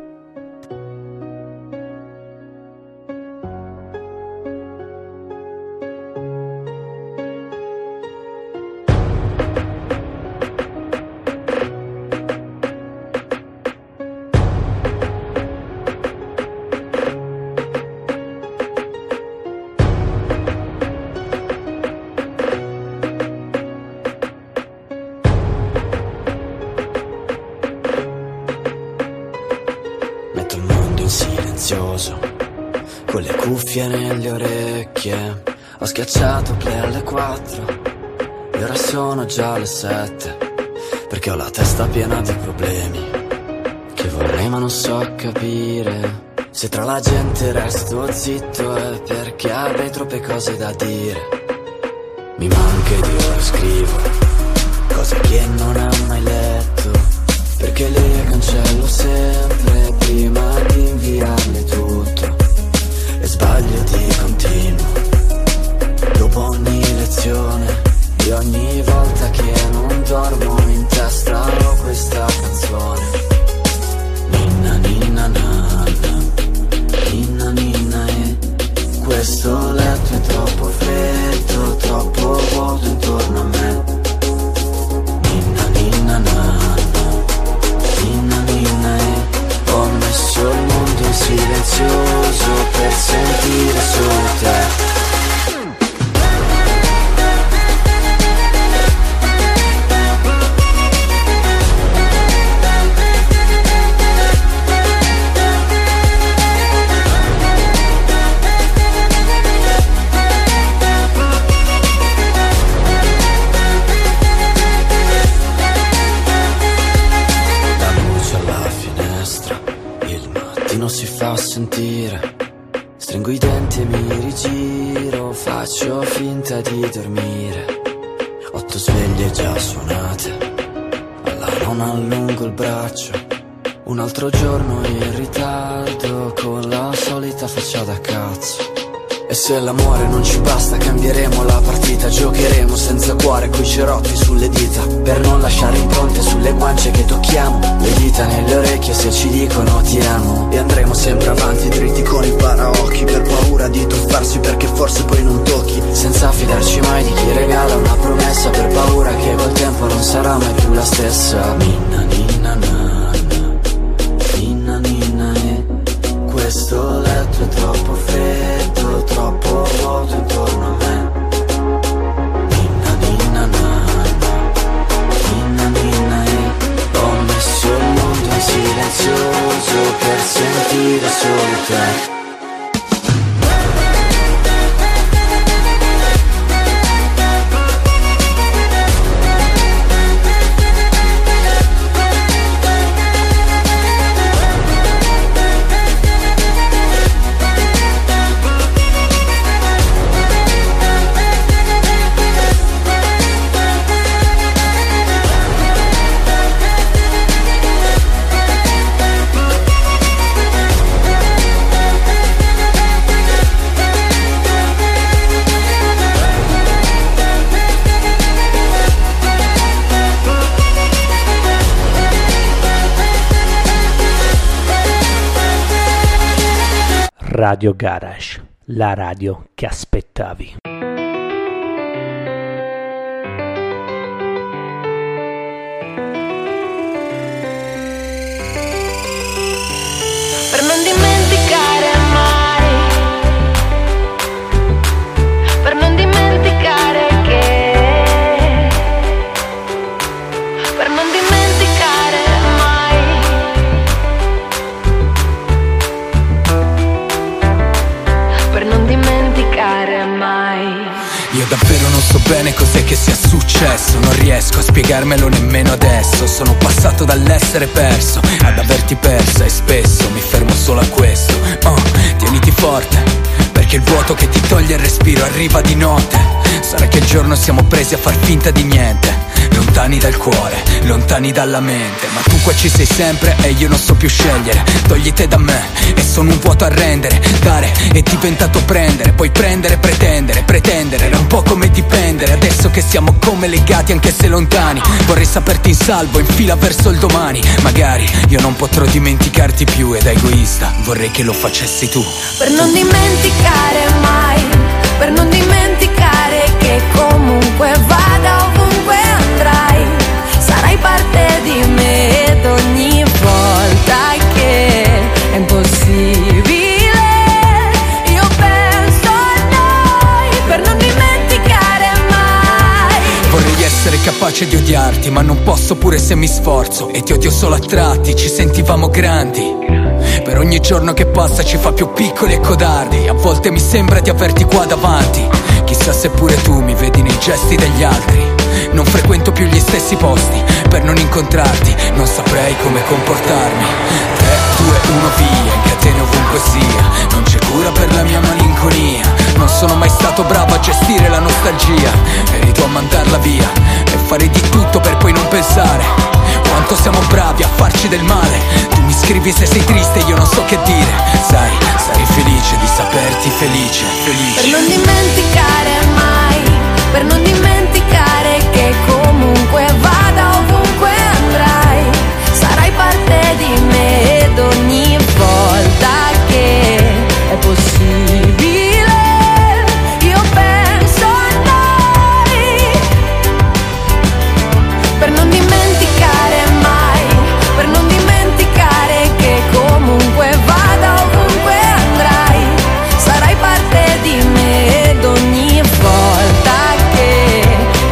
Speaker 8: Con le cuffie nelle orecchie, ho schiacciato play alle quattro e ora sono già le sette, perché ho la testa piena di problemi che vorrei ma non so capire. Se tra la gente resto zitto è perché avrei troppe cose da dire. Mi manca di ora scrivo cose che non ho mai letto, perché le cancello sempre prima di chi non si fa sentire. Stringo i denti e mi rigiro, faccio finta di dormire. Otto sveglie già suonate, alla nonna allungo il braccio. Un altro giorno in ritardo, con la solita faccia da cazzo. E se l'amore non ci basta cambieremo la partita. Giocheremo senza cuore coi cerotti sulle dita, per non lasciare impronte sulle guance che tocchiamo. Le dita nelle orecchie se ci dicono ti amo. E andremo sempre avanti dritti con i paraocchi, per paura di tuffarsi perché forse poi non tocchi. Senza fidarci mai di chi regala una promessa, per paura che col tempo non sarà mai più la stessa. Ninna ninna nanna, ninna ninna e questo letto è troppo freddo, troppo vuoto intorno a me. Ninna ninna nanna, ninna ninna e ho messo il mondo in silenzioso per sentire solo te.
Speaker 1: Radio Garage, la radio che aspettavi.
Speaker 7: Per non dimenticare mai, per non dimenticare che, per non dimenticare mai, per non dimenticare mai.
Speaker 9: Io davvero non so bene cos'è che sia successo, non riesco a spiegarmelo nemmeno adesso. Sono passato dall'essere perso ad averti persa e spesso mi fermo solo a questo. Oh, tieniti forte, perché il vuoto che ti toglie il respiro arriva di notte. Sarà che il giorno siamo presi a far finta di niente, lontani dal cuore, lontani dalla mente. Ma tu qua ci sei sempre e io non so più scegliere. Togli te da me e sono un vuoto a rendere. Dare è diventato prendere, poi prendere, pretendere, pretendere. Era un po' come dipendere, adesso che siamo come legati anche se lontani. Vorrei saperti in salvo, in fila verso il domani. Magari io non potrò dimenticarti più e da egoista vorrei che lo facessi tu.
Speaker 7: Per non dimenticare mai, per non dimenticare che comunque vada, ovunque andrai, sarai parte di me ed ogni volta che è impossibile io penso a noi, per non dimenticare mai.
Speaker 9: Vorrei essere capace di odiarti, ma non posso pure se mi sforzo. E ti odio solo a tratti, ci sentivamo grandi. Per ogni giorno che passa ci fa più piccoli e codardi. A volte mi sembra di averti qua davanti. Chissà se pure tu mi vedi nei gesti degli altri. Non frequento più gli stessi posti, per non incontrarti non saprei come comportarmi. Tre, due, uno, via, in catene ovunque sia. Non c'è cura per la mia malinconia. Non sono mai stato bravo a gestire la nostalgia. Eri tu a mandarla via e fare di tutto per poi non pensare quanto siamo bravi a farci del male. Tu mi scrivi se sei triste, io non so che dire. Sai, sarei felice di saperti felice, felice.
Speaker 7: Per non dimenticare mai, per non dimenticare che comunque vada, ovunque andrai, sarai parte di me ed ogni volta che è possibile io penso a noi. Per non dimenticare mai, per non dimenticare che comunque vada, ovunque andrai, sarai parte di me ed ogni volta che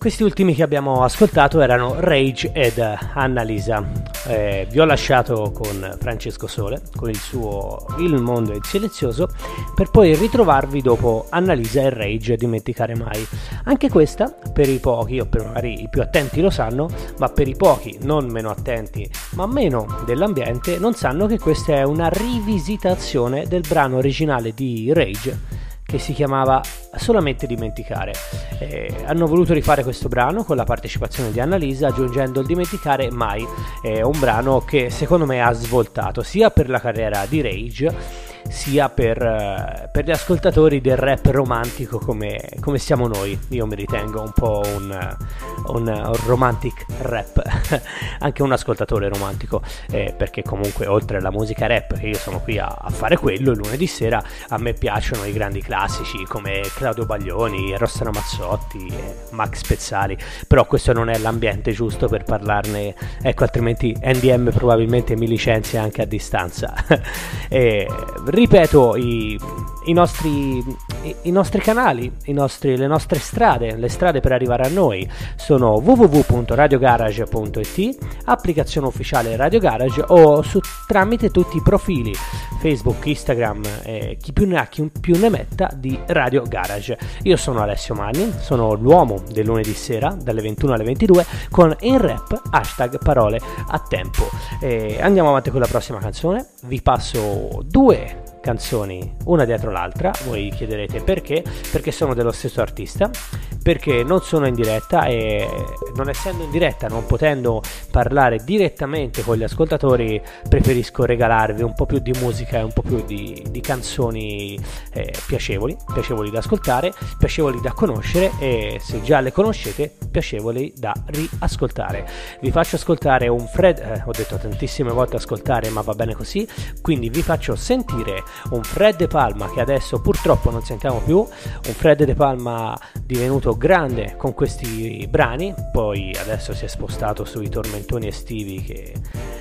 Speaker 1: Questi ultimi che abbiamo ascoltato erano Rage ed Annalisa. Eh, vi ho lasciato con Francesco Sole, con il suo Il mondo è silenzioso, per poi ritrovarvi dopo Annalisa e Rage, Dimenticare mai. Anche questa, per i pochi, o per magari i più attenti lo sanno, ma per i pochi, non meno attenti, ma meno dell'ambiente, non sanno che questa è una rivisitazione del brano originale di Rage, che si chiamava Solamente Dimenticare. Eh, hanno voluto rifare questo brano con la partecipazione di Annalisa, aggiungendo il Dimenticare mai. È un brano che secondo me ha svoltato sia per la carriera di Rage sia per, uh, per gli ascoltatori del rap romantico come, come siamo noi. Io mi ritengo un po' un, un, un romantic rap anche un ascoltatore romantico, eh, perché comunque oltre alla musica rap, che io sono qui a, a fare quello, il lunedì sera a me piacciono i grandi classici come Claudio Baglioni, Rossano Mazzotti, eh, Max Pezzali, però questo non è l'ambiente giusto per parlarne, ecco, altrimenti N D M probabilmente mi licenzia anche a distanza. e, ripeto i, i, nostri, i, i nostri canali, i nostri, le nostre strade, le strade per arrivare a noi sono w w w punto radio garage punto i t, applicazione ufficiale Radio Garage, o su, tramite tutti i profili Facebook, Instagram, eh, chi più ne ha chi più ne metta di Radio Garage. Io sono Alessio Manni, sono l'uomo del lunedì sera dalle ventuno alle ventidue con In Rap hashtag parole a tempo. Eh, andiamo avanti con la prossima canzone, vi passo due canzoni una dietro l'altra. Voi chiederete perché? Perché sono dello stesso artista, perché non sono in diretta, e non essendo in diretta, non potendo parlare direttamente con gli ascoltatori, preferisco regalarvi un po' più di musica e un po' più di, di canzoni eh, piacevoli, piacevoli da ascoltare, piacevoli da conoscere, e se già le conoscete, piacevoli da riascoltare. Vi faccio ascoltare un Fred, eh, ho detto tantissime volte ascoltare, ma va bene così, quindi vi faccio sentire un Fred De Palma che adesso purtroppo non sentiamo più, un Fred De Palma divenuto grande con questi brani, poi adesso si è spostato sui tormentoni estivi che,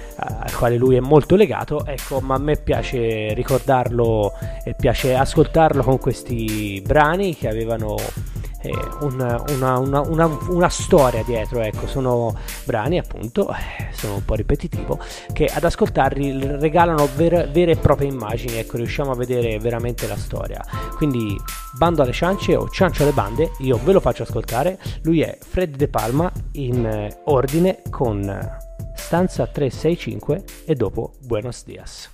Speaker 1: al quale lui è molto legato, ecco, ma a me piace ricordarlo e piace ascoltarlo con questi brani che avevano eh, una, una, una, una, una storia dietro, ecco, sono brani appunto, eh, sono un po' ripetitivo, che ad ascoltarli regalano vere, vere e proprie immagini, ecco, riusciamo a vedere veramente la storia. Quindi bando alle ciance o ciancio alle bande, io ve lo faccio ascoltare. Lui è Fred De Palma, in eh, ordine con Stanza tre sei cinque e dopo Buenos Dias.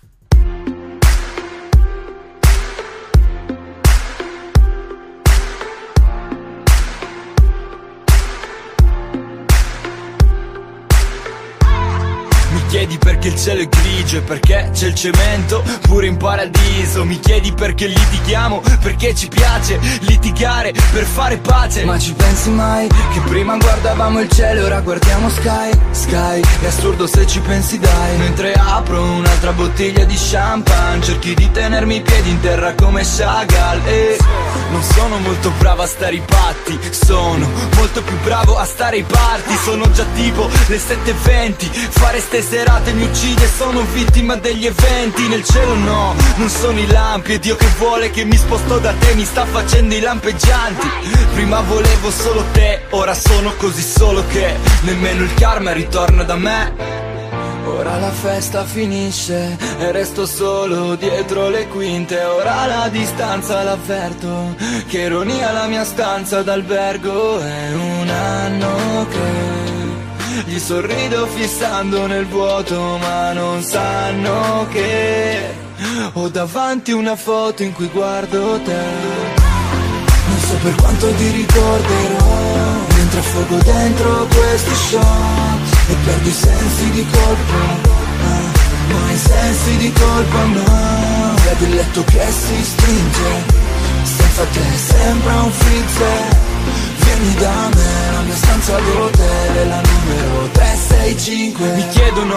Speaker 10: Chiedi perché il cielo è grigio e perché c'è il cemento pure in paradiso. Mi chiedi perché litighiamo, perché ci piace litigare per fare pace. Ma ci pensi mai che prima guardavamo il cielo e ora guardiamo Sky? Sky, è assurdo se ci pensi dai. Mentre apro un'altra bottiglia di champagne, cerchi di tenermi i piedi in terra come Chagall. E non sono molto bravo a stare i patti, sono molto più bravo a stare ai party. Sono già tipo le sette e venti, fare ste serate mi uccide, sono vittima degli eventi. Nel cielo no, non sono i lampi, e Dio che vuole che mi sposto da te mi sta facendo i lampeggianti. Prima volevo solo te, ora sono così solo che nemmeno il karma ritorna da me. Ora la festa finisce e resto solo dietro le quinte. Ora la distanza l'avverto, che ironia la mia stanza d'albergo. È un anno che gli sorrido fissando nel vuoto, ma non sanno che ho davanti una foto in cui guardo te. Non so per quanto ti ricorderò, mentre affogo dentro questi shot e perdo i sensi di colpa, eh, ma i sensi di colpa no. Vedo il letto che si stringe, senza te sembra un freezer. Vieni da me, la mia stanza d'hotel è la numero tre sei cinque. Mi chiedono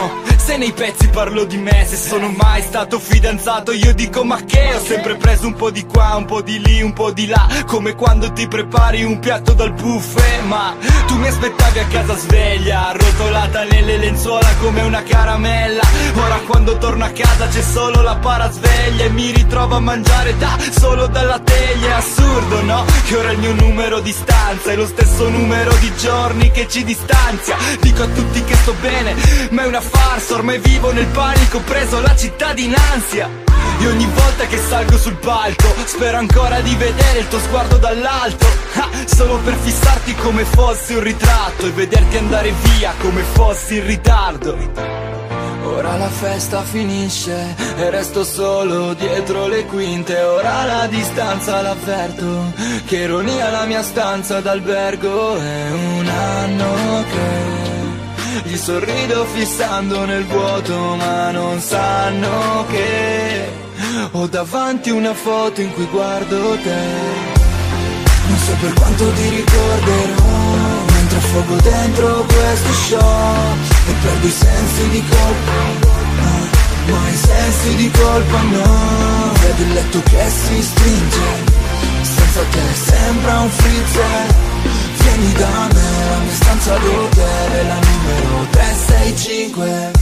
Speaker 10: Se nei pezzi parlo di me, se sono mai stato fidanzato io dico ma che, ho sempre preso un po' di qua, un po' di lì, un po' di là, come quando ti prepari un piatto dal buffet. Ma tu mi aspettavi a casa sveglia, arrotolata nelle lenzuola come una caramella. Ora quando torno a casa c'è solo la parasveglia e mi ritrovo a mangiare da solo dalla teglia. È assurdo, no? Che ora il mio numero di stanza è lo stesso numero di giorni che ci distanzia. Dico a tutti che sto bene, ma è una farsa, ormai vivo nel panico, ho preso la città d'inansia. E ogni volta che salgo sul palco spero ancora di vedere il tuo sguardo dall'alto, ah, solo per fissarti come fossi un ritratto e vederti andare via come fossi in ritardo.
Speaker 8: Ora la festa finisce e resto solo dietro le quinte. Ora la distanza l'avverto, che ironia la mia stanza d'albergo. È un anno che gli sorrido fissando nel vuoto, ma non sanno che ho davanti una foto in cui guardo te. Non so per quanto ti ricorderò mentre affogo dentro questo show e perdo i sensi di colpa, ma i sensi di colpa no. Vedo il letto che si stringe, senza te sembra un freezer. Vieni da me, la mia stanza d'hotel è la numero tre sei cinque.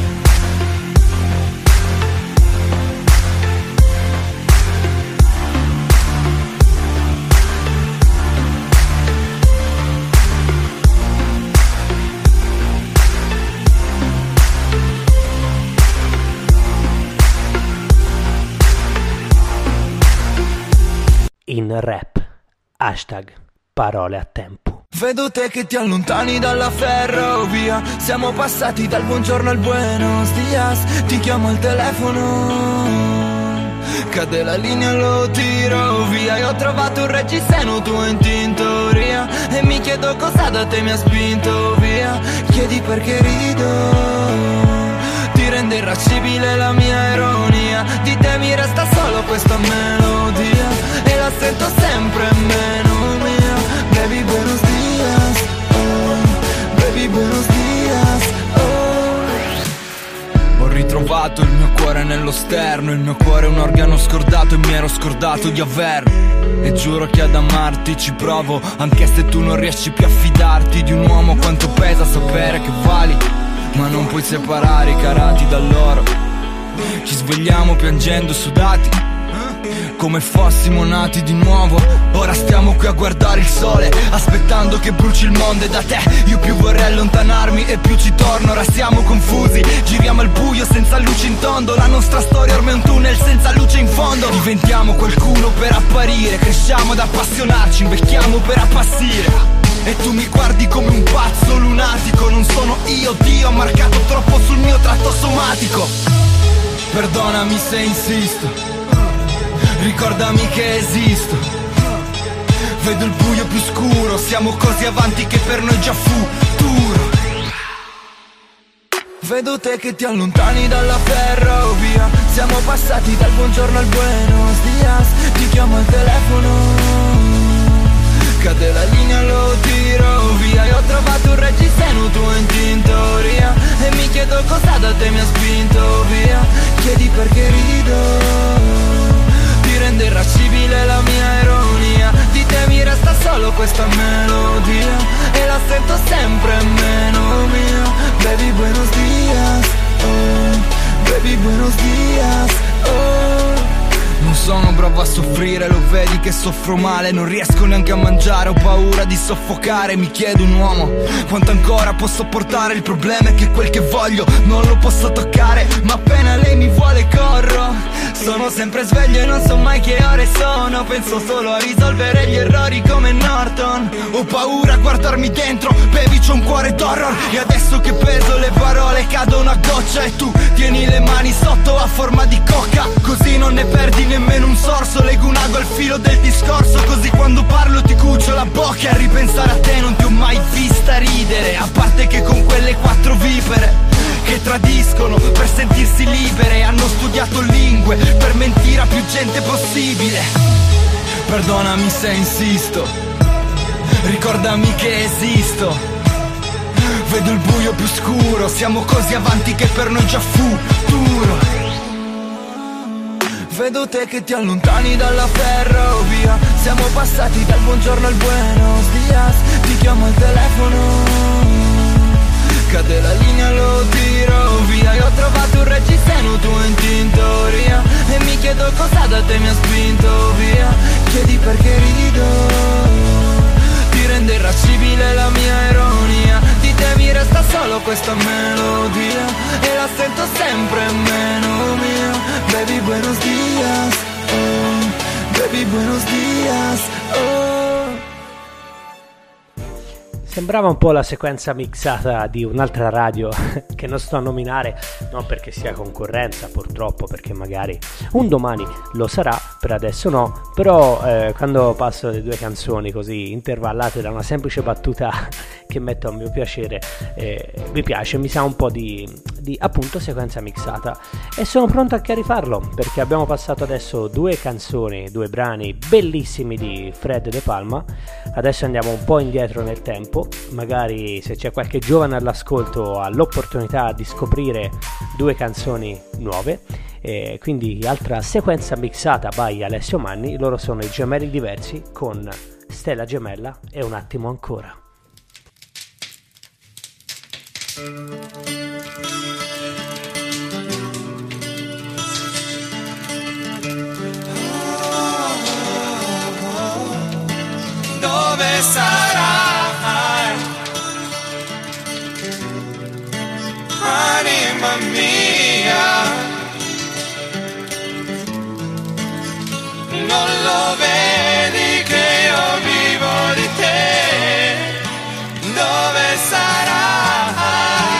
Speaker 1: In rap, hashtag parole a tempo.
Speaker 8: Vedo te che ti allontani dalla ferrovia, siamo passati dal buongiorno al buenos dias. Ti chiamo al telefono, cade la linea, lo tiro via. E ho trovato un reggiseno tuo in tintoria e mi chiedo cosa da te mi ha spinto via. Chiedi perché rido, ti rende irascibile la mia ironia. Di te mi resta solo questa melodia e la sento sempre meno mia. Baby buenos dias, oh, baby buenos dias, oh. Ho ritrovato il mio cuore nello sterno, il mio cuore è un organo scordato e mi ero scordato di averlo. E giuro che ad amarti ci provo, anche se tu non riesci più a fidarti di un uomo. Quanto pesa sapere che vali, ma non puoi separare i carati dall'oro. Ci svegliamo piangendo sudati, come fossimo nati di nuovo. Ora stiamo qui a guardare il sole, aspettando che bruci il mondo. E da te io più vorrei allontanarmi e più ci torno. Ora siamo confusi, giriamo al buio senza luce in tondo. La nostra storia ormai è un tunnel senza luce in fondo. Diventiamo qualcuno per apparire, cresciamo ad appassionarci, invecchiamo per appassire. E tu mi guardi come un pazzo lunatico. Non sono io, Dio ha marcato troppo sul mio tratto somatico. Perdonami se insisto, ricordami che esisto. Vedo il buio più scuro, siamo così avanti che per noi è già futuro. Vedo te che ti allontani dalla ferrovia, siamo passati dal buongiorno al buenos dias. Ti chiamo al telefono, cade la linea, lo tiro via. E ho trovato un reggiseno tuo in tintoria e mi chiedo cosa da te mi ha spinto via. Chiedi perché rido, ti rende irascibile la mia ironia. Di te mi resta solo questa melodia e la sento sempre meno mia. Baby buenos dias, oh, baby buenos dias, oh. Non sono bravo a soffrire, lo vedi che soffro male. Non riesco neanche a mangiare, ho paura di soffocare. Mi chiedo un uomo, quanto ancora può sopportare. Il problema è che quel che voglio non lo posso toccare, ma appena lei mi vuole corro. Sono sempre sveglio e non so mai che ore sono. Penso solo a risolvere gli errori come Norton. Ho paura a guardarmi dentro, baby c'ho un cuore d'horror. E adesso che peso le parole cadono a goccia e tu tieni le mani sotto a forma di cocca. Così non ne perdi nemmeno un sorso. Leggo un ago al filo del discorso, così quando parlo ti cucio la bocca. E a ripensare a te non ti ho mai vista ridere, a parte che con quelle quattro vipere che tradiscono per sentirsi libere. Hanno studiato lingue per mentire a più gente possibile. Perdonami se insisto, ricordami che esisto.
Speaker 10: vedo il buio più scuro. Siamo così avanti che per noi già futuro. Vedo te che ti allontani dalla ferrovia. Siamo passati dal buongiorno al buenos dias. Ti chiamo al telefono, cade la linea, lo tiro via. Io ho trovato un reggiseno, tu in tintoria, e mi chiedo cosa da te mi ha spinto via. Chiedi perché rido, ti rende irascibile la mia ironia. Di te mi resta solo questa melodia e la sento sempre meno mia. Baby buenos dias, oh, baby buenos dias, oh.
Speaker 1: Sembrava un po' la sequenza mixata di un'altra radio che non sto a nominare, non perché sia concorrenza, purtroppo, perché magari un domani lo sarà, per adesso no, però eh, quando passo le due canzoni così intervallate da una semplice battuta che metto a mio piacere, eh, mi piace, mi sa un po' di, di appunto sequenza mixata, e sono pronto anche a rifarlo, perché abbiamo passato adesso due canzoni, due brani bellissimi di Fred De Palma. Adesso andiamo un po' indietro nel tempo, magari se c'è qualche giovane all'ascolto ha l'opportunità di scoprire due canzoni nuove, e quindi altra sequenza mixata by Alessio Manni. Loro sono i Gemelli Diversi con Stella Gemella e Un attimo ancora.
Speaker 6: Dove sarai, anima mia? Non lo vedi che io vivo di te? Dove sarai?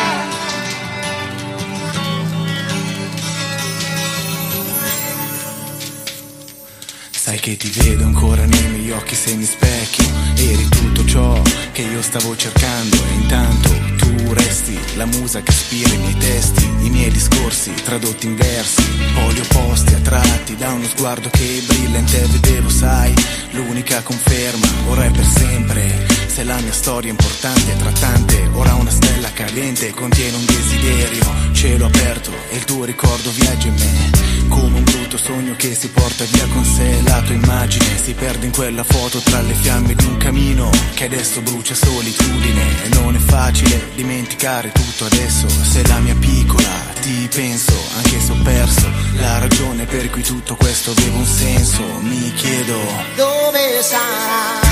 Speaker 11: Sai che ti vedo ancora nei miei occhi se mi specchio. Eri tutto ciò che io stavo cercando, e intanto tu resti la musa che ispira i miei testi, i miei discorsi tradotti in versi, poli opposti attratti da uno sguardo che brilla in te. Vedevo, sai, l'unica conferma, ora è per sempre. Se la mia storia è importante tra tante, ora una stella cadente contiene un desiderio, cielo aperto e il tuo ricordo viaggia in me, come un brutto sogno che si porta via con sé. La tua immagine si perde in quella foto tra le fiamme di un camino che adesso brucia solitudine, e non è facile dimenticare tutto adesso. Se la mia piccola ti penso, anche se ho perso la ragione per cui tutto questo aveva un senso, mi chiedo
Speaker 6: dove sarai,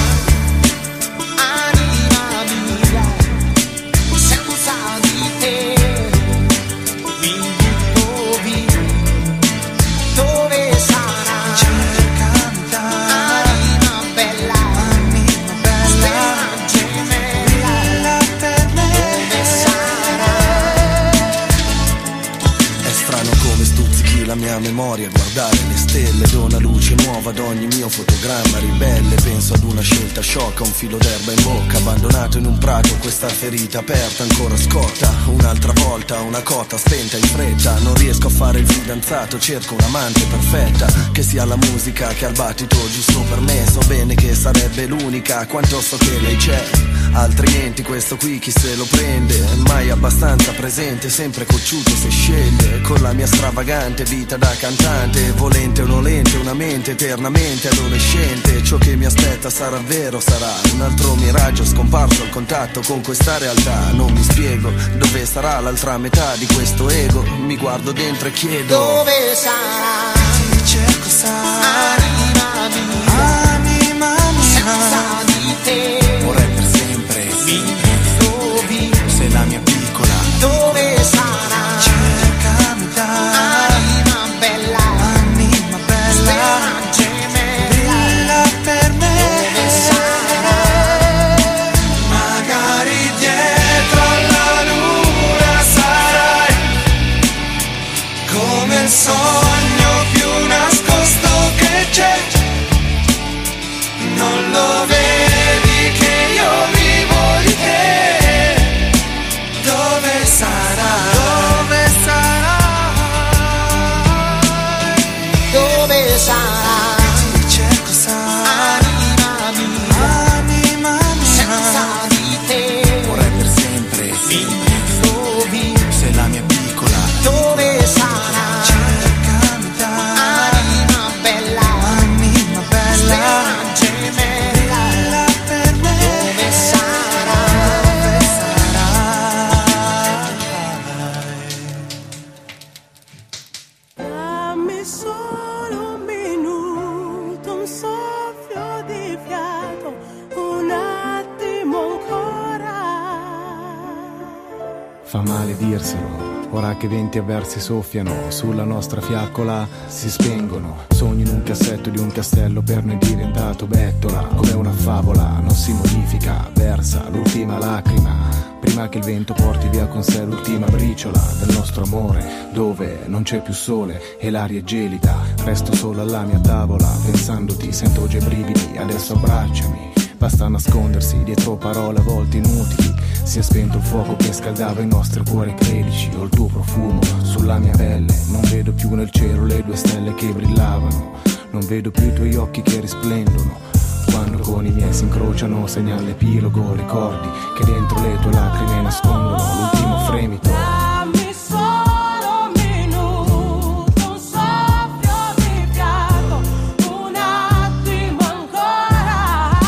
Speaker 6: anima mia, senza di te mi muovi. Dove sarai, cercami da anima bella, anima bella, stella gemella per me. Dove sarai?
Speaker 11: È strano come stuzzichi la mia memoria, guardare le stelle, dona luce nuova ad ogni mio fotogramma ribelle. Penso ad una scelta sciocca, un filo d'erba in bocca, abbandonato in un prato, questa ferita aperta ancora scotta. Un'altra volta una cotta spenta in fretta, non riesco a fare il fidanzato, cerco un'amante perfetta, che sia la musica che ha il battito giusto per me. So bene che sarebbe l'unica, quanto so che lei c'è, altrimenti questo qui chi se lo prende. Mai abbastanza presente, sempre cocciuto se sceglie, con la mia stravagante vita da cantante, volente o nolente, una mente eternamente adolescente. Ciò che mi aspetta sarà vero, sarà un altro miraggio scomparso al contatto con questa realtà. Non mi spiego dove sarà l'altra metà di questo ego, mi guardo dentro e chiedo
Speaker 6: dove sarai, ti cerco, sai, anima mia, anima mia, senza di te
Speaker 11: vorrei per sempre
Speaker 6: mi trovi.
Speaker 11: Se la mia piccola
Speaker 6: dove sarai, cercami da anima bella, anima bella, stella gemella per me. Dove sarai? Magari dietro alla luna sarai, come il sogno più nascosto che c'è.
Speaker 12: fa male dirselo. Ora che venti avversi soffiano sulla nostra fiaccola, si spengono. Sogno in un cassetto di un castello per noi diventato bettola. Come una favola, non si modifica, versa l'ultima lacrima prima che il vento porti via con sé l'ultima briciola del nostro amore, dove non c'è più sole e l'aria è gelida. Resto solo alla mia tavola, pensandoti, sento già i brividi, adesso abbracciami. Basta nascondersi dietro parole a volte inutili. Si è spento il fuoco che scaldava i nostri cuori credici. Ho il tuo profumo sulla mia pelle. Non vedo più nel cielo le due stelle che brillavano. Non vedo più i tuoi occhi che risplendono. Quando con i miei si incrociano segna l'epilogo. Ricordi che dentro le tue lacrime nascondono l'ultimo fremito.
Speaker 6: Dammi solo un minuto, un soffio di fiato, un attimo ancora.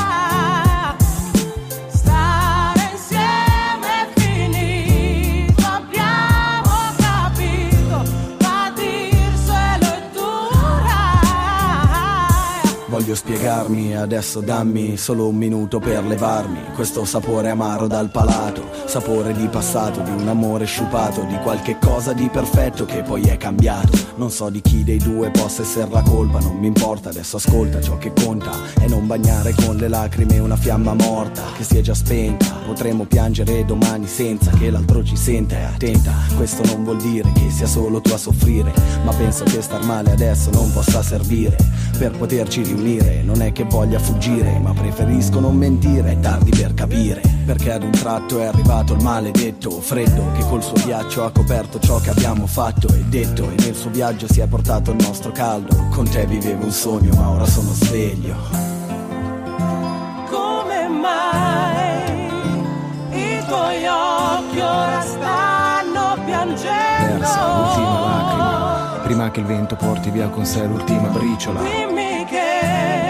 Speaker 6: Stare insieme è finito, abbiamo capito, ma dirselo è dura.
Speaker 11: Voglio spiegarmi, adesso dammi solo un minuto per levarmi questo sapore amaro dal palato, sapore di passato, di un amore sciupato, di qualche cosa di perfetto che poi è cambiato. Non so di chi dei due possa essere la colpa, non mi importa, adesso ascolta ciò che conta e non bagnare con le lacrime una fiamma morta che si è già spenta. Potremmo piangere domani senza che l'altro ci senta e attenta. Questo non vuol dire che sia solo tu a soffrire, ma penso che star male adesso non possa servire per poterci riunire. Non è che voglia fuggire, ma preferisco non mentire, è tardi per capire, perché ad un tratto è arrivato il maledetto freddo che col suo ghiaccio ha coperto ciò che abbiamo fatto e detto, e nel suo viaggio si è portato il nostro caldo. Con te vivevo un sogno, ma ora sono sveglio.
Speaker 6: Come mai i tuoi occhi ora stanno piangendo?
Speaker 12: Versa l'ultima lacrima prima che il vento porti via con sé l'ultima briciola.
Speaker 6: Dimmi che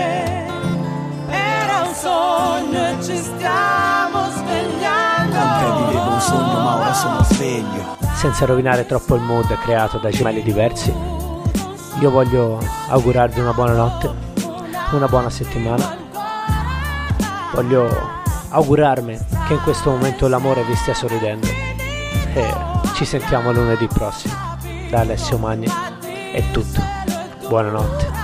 Speaker 6: era un sogno e ci stiamo svegliando.
Speaker 11: Con te vivevo un sogno, ma ora sono sveglio.
Speaker 1: Senza rovinare troppo il mood creato dai gemelli diversi, io voglio augurarvi una buona notte, una buona settimana. Voglio augurarmi che in questo momento l'amore vi stia sorridendo e ci sentiamo lunedì prossimo. Da Alessio Magni è tutto, buonanotte.